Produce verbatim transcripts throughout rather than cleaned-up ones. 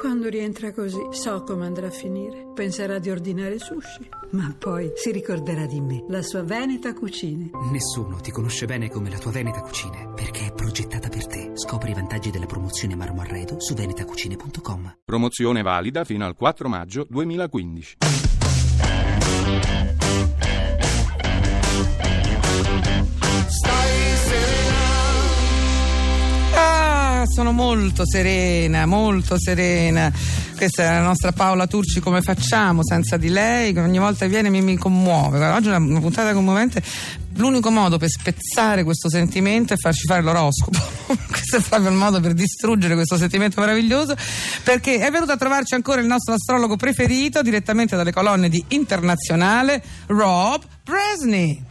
Quando rientra così, so come andrà a finire. Penserà di ordinare sushi, ma poi si ricorderà di me, la sua Veneta Cucine. Nessuno ti conosce bene come la tua Veneta Cucine, perché è progettata per te. Scopri i vantaggi della promozione Marmo Arredo su venetacucine punto com. Promozione valida fino al quattro maggio duemilaquindici. Sono molto serena, molto serena. Questa è la nostra Paola Turci. Come facciamo senza di lei? Ogni volta che viene mi, mi commuove. Oggi è una, una puntata commovente. L'unico modo per spezzare questo sentimento è farci fare l'oroscopo. Questo è proprio il modo per distruggere questo sentimento meraviglioso, perché è venuto a trovarci ancora il nostro astrologo preferito, direttamente dalle colonne di Internazionale, Rob Brezsny.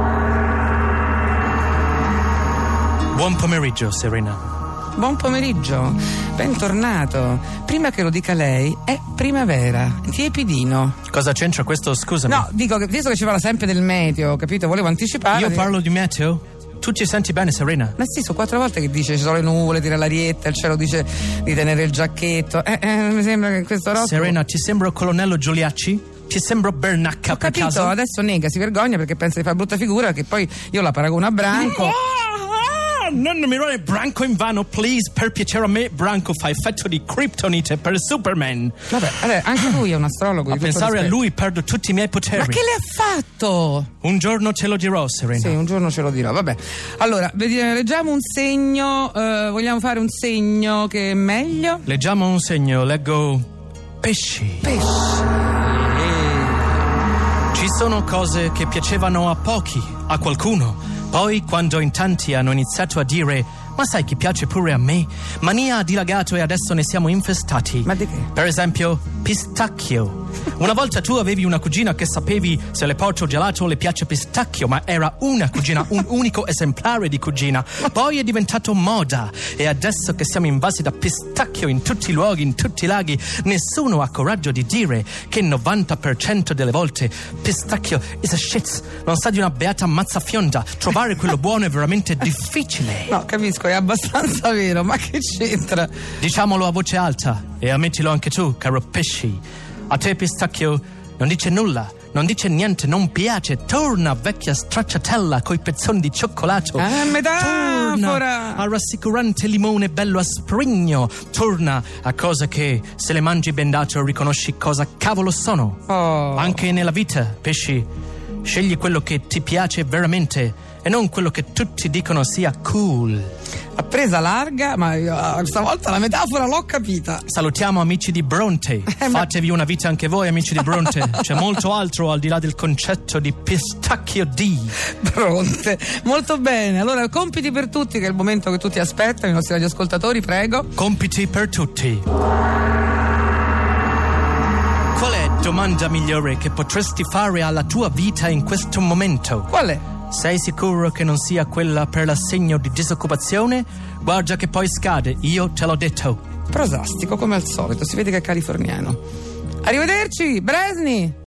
Buon pomeriggio, Serena. Buon pomeriggio, bentornato. Prima che lo dica lei, è primavera, tiepidino. Cosa c'entra questo, scusami? No, dico che visto che ci parla sempre del meteo, capito? Volevo anticipare. Io parlo di meteo? Tu ci senti bene, Serena? Ma sì, sono quattro volte che dice ci sono le nuvole, tira l'arietta, il cielo dice di tenere il giacchetto. Eh, eh, mi sembra che questo oroscopo... Serena, ti sembro colonnello Giuliacci? Ti sembro Bernacca? Ho per capito, caso? adesso nega, si vergogna perché pensa di fare brutta figura, che poi io la paragono a Branco. Non nominare Branco in vano, please. Per piacere, a me Branco fa effetto di kryptonite per Superman. Vabbè, allora, anche lui è un astrologo. A pensare a lui perdo tutti i miei poteri. Ma che le ha fatto? Un giorno ce lo dirò, Serena. Sì, un giorno ce lo dirò, vabbè. Allora, vediamo, leggiamo un segno. eh, Vogliamo fare un segno che è meglio? Leggiamo un segno, leggo pesci. Pesci. Ci sono cose che piacevano a pochi, a qualcuno. Poi, quando in tanti hanno iniziato a dire «Ma sai chi piace pure a me?» Mania ha dilagato e adesso ne siamo infestati. Ma di che? Per esempio, pistacchio. Una volta tu avevi una cugina che sapevi se le porto gelato o le piace pistacchio, ma era una cugina, un unico esemplare di cugina. Poi è diventato moda e adesso che siamo invasi da pistacchio in tutti i luoghi, in tutti i laghi, nessuno ha coraggio di dire che il novanta per cento delle volte pistacchio is a shit. Non sa di una beata mazzafionda. Trovare quello buono è veramente difficile. No, capisco, è abbastanza vero, ma che c'entra? Diciamolo a voce alta e ammettilo anche tu, caro pesci. A te pistacchio non dice nulla, non dice niente, non piace. Torna, vecchia stracciatella coi pezzoni di cioccolato. Ah, metafora! Torna a rassicurante limone bello asprigno. Torna a cose che, se le mangi bendato, riconosci cosa cavolo sono. Oh. Anche nella vita, pesci, scegli quello che ti piace veramente e non quello che tutti dicono sia cool. Ha presa larga, ma io, stavolta la metafora l'ho capita. Salutiamo amici di Bronte. Eh, ma... Fatevi una vita anche voi, amici di Bronte. C'è molto altro al di là del concetto di pistacchio di Bronte. Molto bene. Allora, compiti per tutti, che è il momento che tutti aspettano, i nostri radioascoltatori, prego. Compiti per tutti. Qual è domanda migliore che potresti fare alla tua vita in questo momento? Qual è? Sei sicuro che non sia quella per l'assegno di disoccupazione? Guarda che poi scade, io te l'ho detto. Prosastico come al solito, si vede che è californiano. Arrivederci, Brezsny!